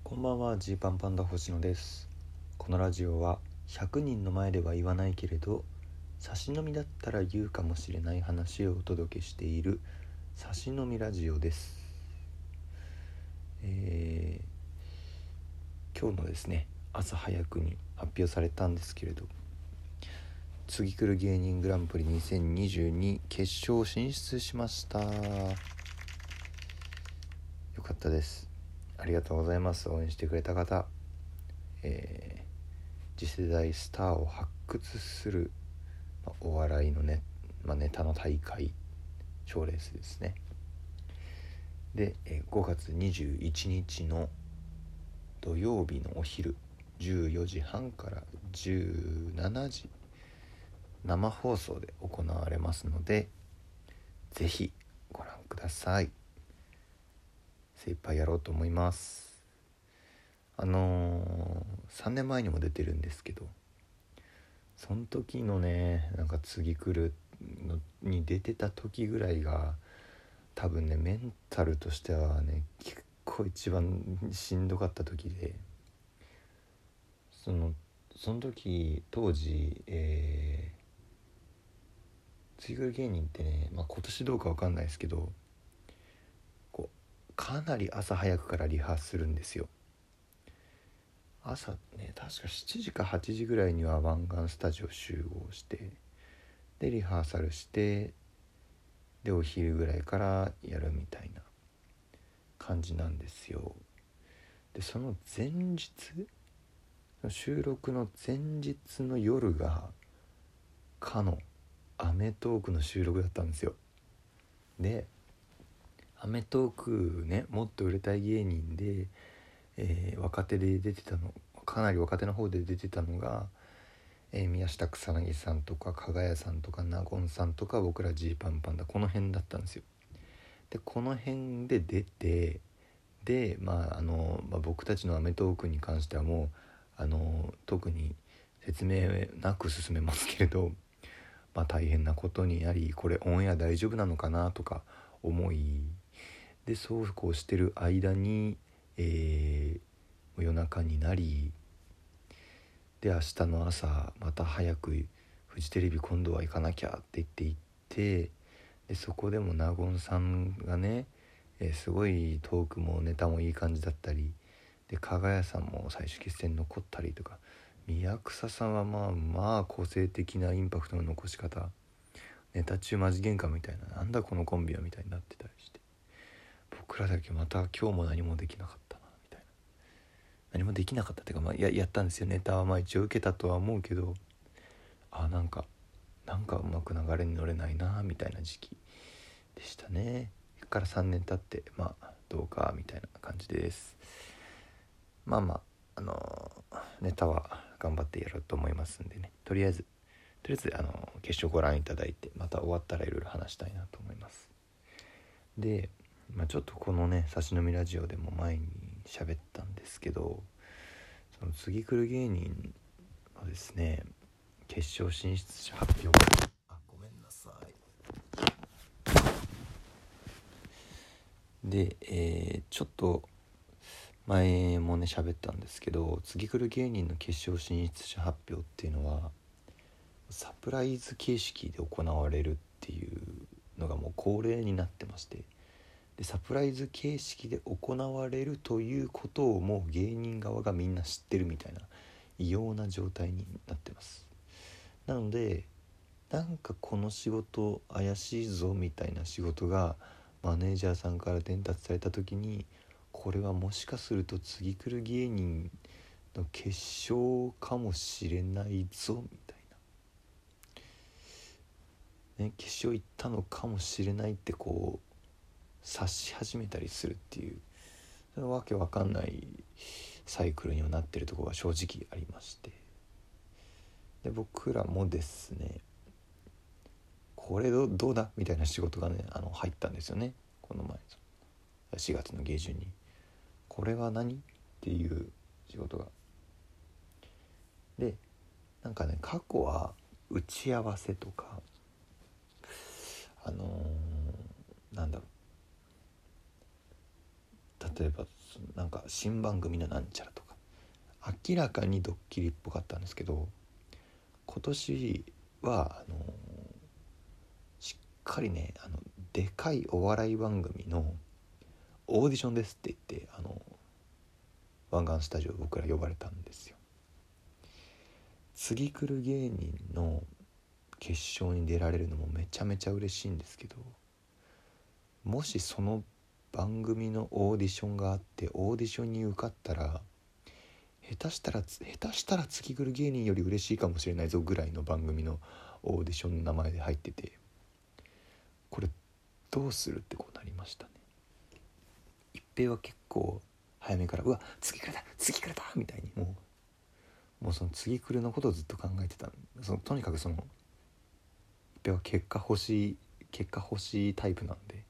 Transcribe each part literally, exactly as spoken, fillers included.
こんばんは、ジーパンパンダ星野です。このラジオはひゃくにんの前では言わないけれど差し飲みだったら言うかもしれない話をお届けしている差し飲みラジオです。えー、今日のですね朝早くに発表されたんですけれど、次来る芸人グランプリにせんにじゅうに決勝進出しました。よかったです。ありがとうございます。応援してくれた方、えー、次世代スターを発掘する、まあ、お笑いのね、まあ、ネタの大会賞レースですね。で、えー、ごがつにじゅういちにちの土曜日のお昼じゅうよじはんからじゅうしちじ生放送で行われますので、ぜひご覧ください。精一杯やろうと思います。あのー、さんねんまえにも出てるんですけど、その時のねなんか次来るのに出てた時ぐらいが多分ねメンタルとしてはね結構一番しんどかった時で、そのその時当時、えー、次来る芸人ってね、まあ、今年どうか分かんないですけど、こうかなり朝早くからリハするんですよ。朝ね確かしちじかはちじぐらいには湾岸スタジオ集合して、でリハーサルして、でお昼ぐらいからやるみたいな感じなんですよ。でその前日、収録の前日の夜がかのアメトーークの収録だったんですよ。でアメトーークね、もっと売れたい芸人で、えー、若手で出てたの、かなり若手の方で出てたのが、えー、宮下草薙さんとか加賀谷さんとか納言さんとか僕らジーパンパンダ、この辺だったんですよ。でこの辺で出て、でまああの、まあ、僕たちのアメトーークに関してはもうあの特に説明なく進めますけれど、まあ、大変なことになり、これオンエア大丈夫なのかなとか思い、でそうこうしてる間に、えー、夜中になり、で明日の朝また早くフジテレビ今度は行かなきゃって言って行って、でそこでも納言さんがね、えー、すごいトークもネタもいい感じだったりで、加賀谷さんも最終決戦残ったりとか、宮草さんはまあまあ個性的なインパクトの残し方、ネタ中マジ喧嘩みたいな、なんだこのコンビはみたいになってたりして、僕らだけまた今日も何もできなかったなみたいな、何もできなかったっていうか、まあ、や, やったんですよ。ネタはまあ一応受けたとは思うけど、あなんかなんかうまく流れに乗れないなみたいな時期でしたね。それからさんねん経ってまあどうかみたいな感じです。まあまああのー、ネタは頑張ってやろうと思いますんでね、とりあえずとりあえずあのー、決勝ご覧いただいて、また終わったらいろいろ話したいなと思います。で、まあ、ちょっとこのね差し飲みラジオでも前に喋ったんですけど、その次来る芸人のですね決勝進出者発表、あごめんなさいで、えー、ちょっと前もね喋ったんですけど、次来る芸人の決勝進出者発表っていうのはサプライズ形式で行われるっていうのがもう恒例になってまして、でサプライズ形式で行われるということをもう芸人側がみんな知ってるみたいな異様な状態になってます。なのでなんかこの仕事怪しいぞみたいな仕事がマネージャーさんから伝達された時に、これはもしかすると次来る芸人の決勝かもしれないぞみたいな、ね、決勝行ったのかもしれないってこう察し始めたりするっていう、そのわけわかんないサイクルにはなってるところが正直ありまして、で僕らもですねこれ ど, どうだみたいな仕事がねあの入ったんですよね。この前しがつの下旬にこれは何っていう仕事がで、なんかね過去は打ち合わせとかあのー、なんだろ例えばなんか新番組のなんちゃらとか明らかにドッキリっぽかったんですけど、今年はあのしっかりねあのでかいお笑い番組のオーディションですって言ってあの湾岸スタジオ僕ら呼ばれたんですよ。次来る芸人の決勝に出られるのもめちゃめちゃ嬉しいんですけど、もしその番組のオーディションがあってオーディションに受かったら下手したら下手したら次来る芸人より嬉しいかもしれないぞぐらいの番組のオーディションの名前で入ってて、これどうするってこうなりましたね。一平は結構早めからうわ次来れた次来れたみたいにもうもうその次来るのことをずっと考えてた。そのとにかくその一平は結果欲しい結果欲しいタイプなんで、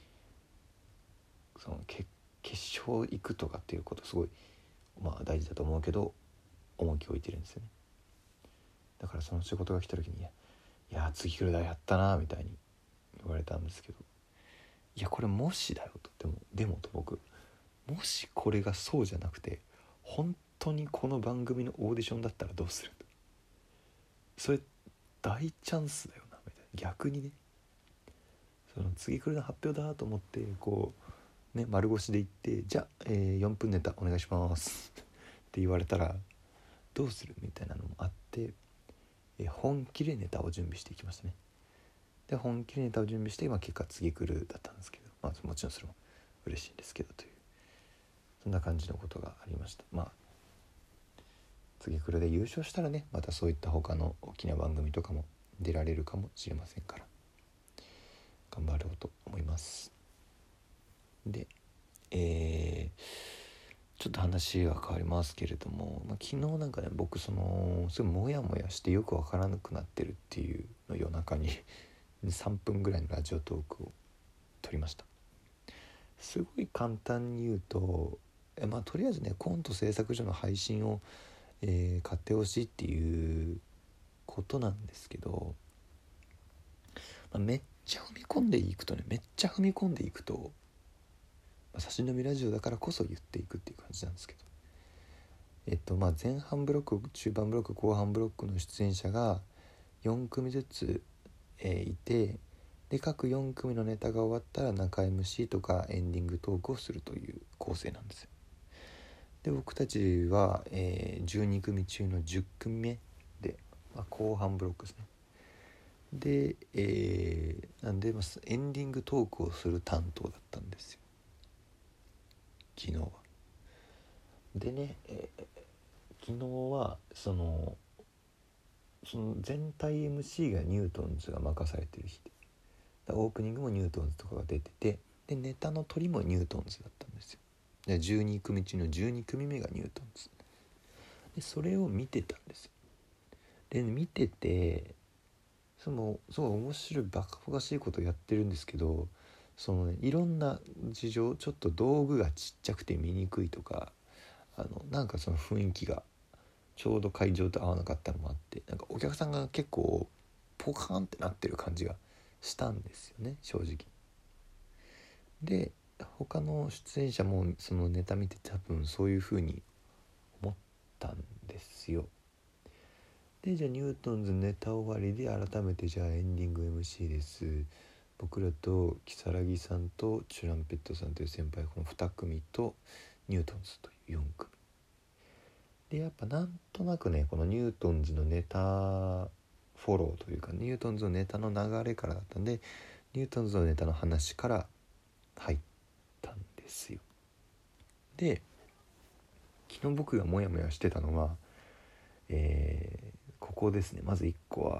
その決決勝行くとかっていうことすごいまあ大事だと思うけど重きを置いてるんですよね。だからその仕事が来た時にいや、いや次来るだやったなみたいに言われたんですけど、いやこれもしだよと、でもでもと僕もしこれがそうじゃなくて本当にこの番組のオーディションだったらどうすると、それ大チャンスだよなみたいな。逆にねその次来るの発表だと思ってこうね丸腰で行ってじゃあ、えー、よんぷんネタお願いしますって言われたらどうするみたいなのもあって、えー、本気でネタを準備していきましたね。で本気でネタを準備して、まあ、結果次来るだったんですけど、まあ、もちろんそれも嬉しいんですけどというそんな感じのことがありました。まあ次来るで優勝したらねまたそういった他の大きな番組とかも出られるかもしれませんから頑張ろうと思います。で、えー、ちょっと話は変わりますけれども、まあ、昨日なんかね僕そのすごいモヤモヤしてよくわからなくなってるっていうの夜中にさんぷんぐらいのラジオトークを撮りました。すごい簡単に言うとえまあとりあえずねコント制作所の配信を、えー、買ってほしいっていうことなんですけど、まあ、めっちゃ踏み込んでいくとねめっちゃ踏み込んでいくと、まあ、差し飲みラジオだからこそ言っていくっていう感じなんですけど、えっとまあ前半ブロック中盤ブロック後半ブロックの出演者がよん組ずつ、えー、いて、で各よん組のネタが終わったら中 エムシー とかエンディングトークをするという構成なんですよ。で僕たちは、えー、じゅうに組中のじゅっ組目で、まあ、後半ブロックですね。で、えー、なんで、まあ、エンディングトークをする担当だったんですよ昨日は。でね、えー、昨日はそのその全体 エムシー がニュートンズが任されてる日で、オープニングもニュートンズとかが出てて、でネタの取りもニュートンズだったんですよ。でじゅうに組中のじゅうに組目がニュートンズで、それを見てたんですよ。で見ててそのすごい面白いバカバカしいことをやってるんですけど、そのねいろんな事情、ちょっと道具がちっちゃくて見にくいとか、あのなんかその雰囲気がちょうど会場と合わなかったのもあって、なんかお客さんが結構ポカーンってなってる感じがしたんですよね正直。で他の出演者もそのネタ見て多分そういう風に思ったんですよ。でじゃあニュートンズネタ終わりで改めてじゃあエンディング エムシー です。僕らと如月さんとチュランペットさんという先輩このに組とニュートンズというよん組で、やっぱなんとなくねこのニュートンズのネタフォローというかニュートンズのネタの流れからだったんで、ニュートンズのネタの話から入ったんですよ。で昨日僕がモヤモヤしてたのは、えー、ここですね。まずいっこは、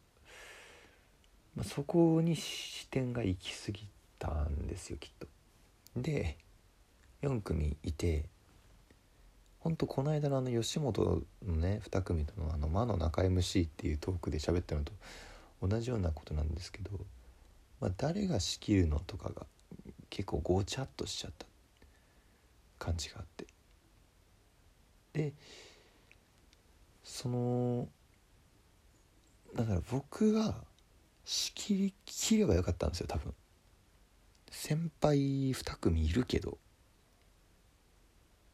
まあ、そこに視点が行き過ぎたんですよきっと。でよん組いて、ほんとこの間のあの吉本のねに組とのあの魔の中 エムシー っていうトークで喋ったのと同じようなことなんですけど、まあ、誰が仕切るのとかが結構ごちゃっとしちゃった感じがあって、でそのだから僕が仕切り切ればよかったんですよ多分。先輩に組いるけど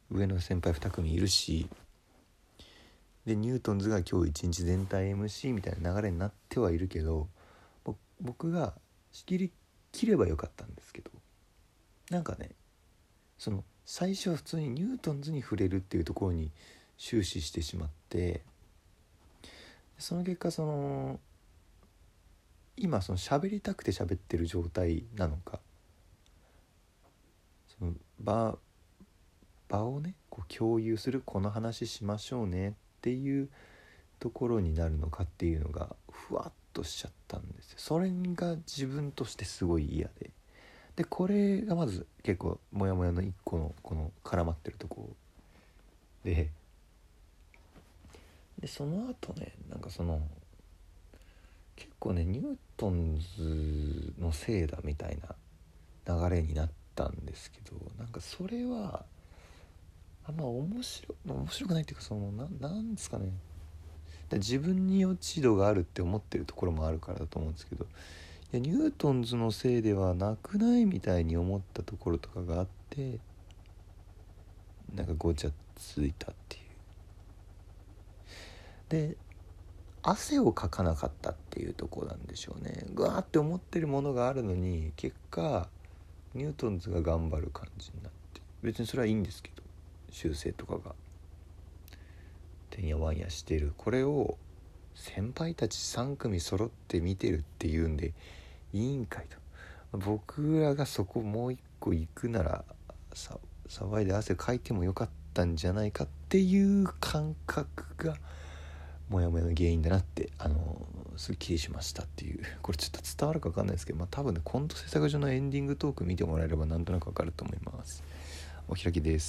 上の先輩に組いるし、でニュートンズが今日一日全体 エムシー みたいな流れになってはいるけど、僕が仕切り切ればよかったんですけど、なんかねその最初は普通にニュートンズに触れるっていうところに終始してしまって、その結果その今その喋りたくて喋ってる状態なのか、その場場をねこう共有する、この話しましょうねっていうところになるのかっていうのがふわっとしちゃったんですよ。それが自分としてすごい嫌で、でこれがまず結構モヤモヤの一個のこの絡まってるところで、でその後ねなんかその結構ねニュートンズのせいだみたいな流れになったんですけど、なんかそれはあんま面白面白くないっていうか、そのななんですかね、自分に落ち度があるって思ってるところもあるからだと思うんですけど、いやニュートンズのせいではなくないみたいに思ったところとかがあって、なんかごちゃついたっていう。で汗をかかなかったっていうところなんでしょうね。ぐわーって思ってるものがあるのに結果ニュートンズが頑張る感じになって、別にそれはいいんですけど、修正とかがてんやわんやしてるこれを先輩たちさん組揃って見てるっていうんでいいんかいと、僕らがそこもう一個行くならさ騒いで汗かいてもよかったんじゃないかっていう感覚がモヤモヤの原因だなって、あのー、すっきりしましたっていう。これちょっと伝わるか分かんないですけど、まあ多分ねコント制作所のエンディングトーク見てもらえればなんとなく分かると思います。お開きです。